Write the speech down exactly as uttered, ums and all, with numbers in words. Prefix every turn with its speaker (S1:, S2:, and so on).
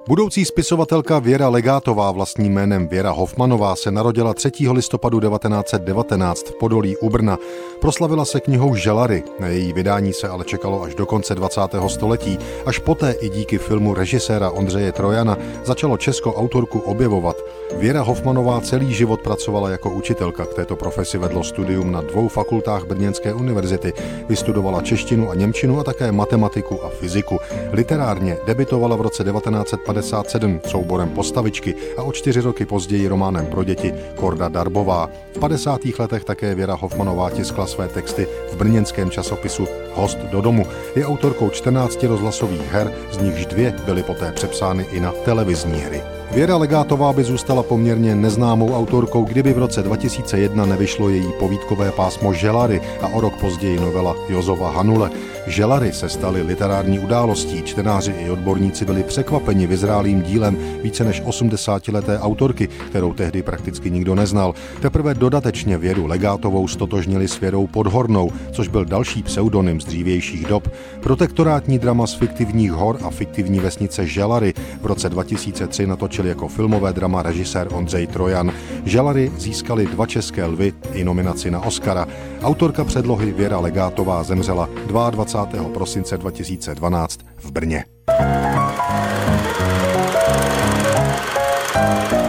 S1: Budoucí spisovatelka Věra Legátová, vlastním jménem Věra Hofmanová, se narodila třetího listopadu devatenáct set devatenáct v Podolí u Brna. Proslavila se knihou Želary, na její vydání se ale čekalo až do konce dvacátého století. Až poté i díky filmu režiséra Ondřeje Trojana začalo Česko autorku objevovat. Věra Hofmanová celý život pracovala jako učitelka, k této profesi vedlo studium na dvou fakultách Brněnské univerzity. Vystudovala češtinu a němčinu a také matematiku a fyziku. Literárně debitovala v roce devatenáct set padesát sedm souborem Postavičky a o čtyři roky později románem pro děti Korda Darbová. V padesátých letech také Věra Hofmanová tiskla své texty v brněnském časopisu Host do domu. Je autorkou čtrnácti rozhlasových her, z nichž dvě byly poté přepsány i na televizní hry. Věra Legátová by zůstala poměrně neznámou autorkou, kdyby v roce dva tisíce jedna nevyšlo její povídkové pásmo Želary a o rok později novela Josefa Hanule. Želary se staly literární událostí, čtenáři i odborníci byli překvapeni vyzrálým dílem více než osmdesátileté autorky, kterou tehdy prakticky nikdo neznal. Teprve dodatečně Věru Legátovou stotožnili s Věrou Podhornou, což byl další pseudonym z dřívějších dob. Protektorátní drama z fiktivních hor a fiktivní vesnice Želary v roce dva tisíce tři natočil jako filmové drama režisér Ondřej Trojan. Želary získali dva české lvy i nominaci na Oscara. Autorka předlohy Věra Legátová zemřela dvacátého druhého prosince dva tisíce dvanáct v Brně.